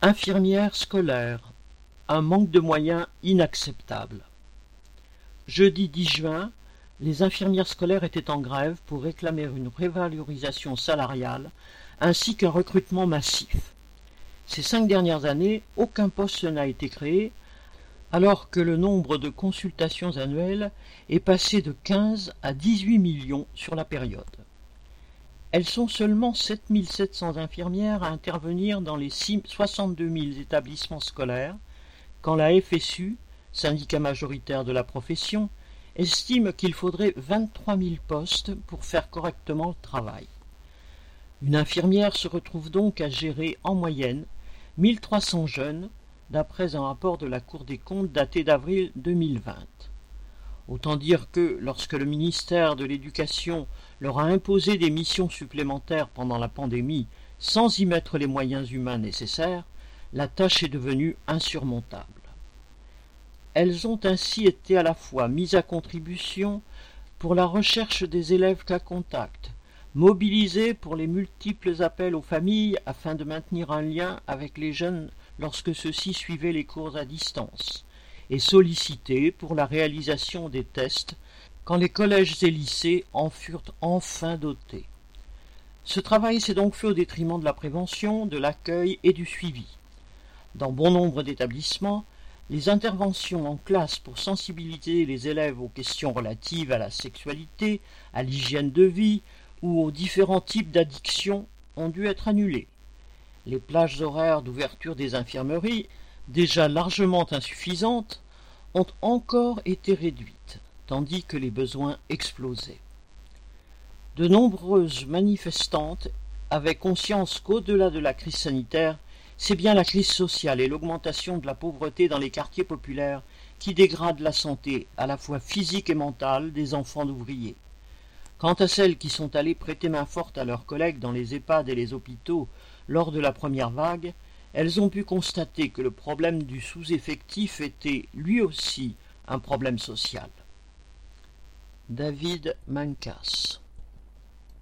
Infirmières scolaires, un manque de moyens inacceptable. Jeudi 10 juin, les infirmières scolaires étaient en grève pour réclamer une révalorisation salariale ainsi qu'un recrutement massif. Ces 5 dernières années, aucun poste n'a été créé, alors que le nombre de consultations annuelles est passé de 15 à 18 millions sur la période. Elles sont seulement 7 700 infirmières à intervenir dans les 62 000 établissements scolaires, quand la FSU, syndicat majoritaire de la profession, estime qu'il faudrait 23 000 postes pour faire correctement le travail. Une infirmière se retrouve donc à gérer en moyenne 1300 jeunes, d'après un rapport de la Cour des comptes daté d'avril 2020. Autant dire que, lorsque le ministère de l'Éducation leur a imposé des missions supplémentaires pendant la pandémie sans y mettre les moyens humains nécessaires, la tâche est devenue insurmontable. Elles ont ainsi été à la fois mises à contribution pour la recherche des élèves cas contacts, mobilisées pour les multiples appels aux familles afin de maintenir un lien avec les jeunes lorsque ceux-ci suivaient les cours à distance, et sollicitées pour la réalisation des tests quand les collèges et lycées en furent enfin dotés. Ce travail s'est donc fait au détriment de la prévention, de l'accueil et du suivi. Dans bon nombre d'établissements, les interventions en classe pour sensibiliser les élèves aux questions relatives à la sexualité, à l'hygiène de vie ou aux différents types d'addictions ont dû être annulées. Les plages horaires d'ouverture des infirmeries, déjà largement insuffisantes, ont encore été réduites, tandis que les besoins explosaient. De nombreuses manifestantes avaient conscience qu'au-delà de la crise sanitaire, c'est bien la crise sociale et l'augmentation de la pauvreté dans les quartiers populaires qui dégradent la santé, à la fois physique et mentale, des enfants d'ouvriers. Quant à celles qui sont allées prêter main forte à leurs collègues dans les EHPAD et les hôpitaux lors de la première vague, elles ont pu constater que le problème du sous-effectif était, lui aussi, un problème social. David Mancas.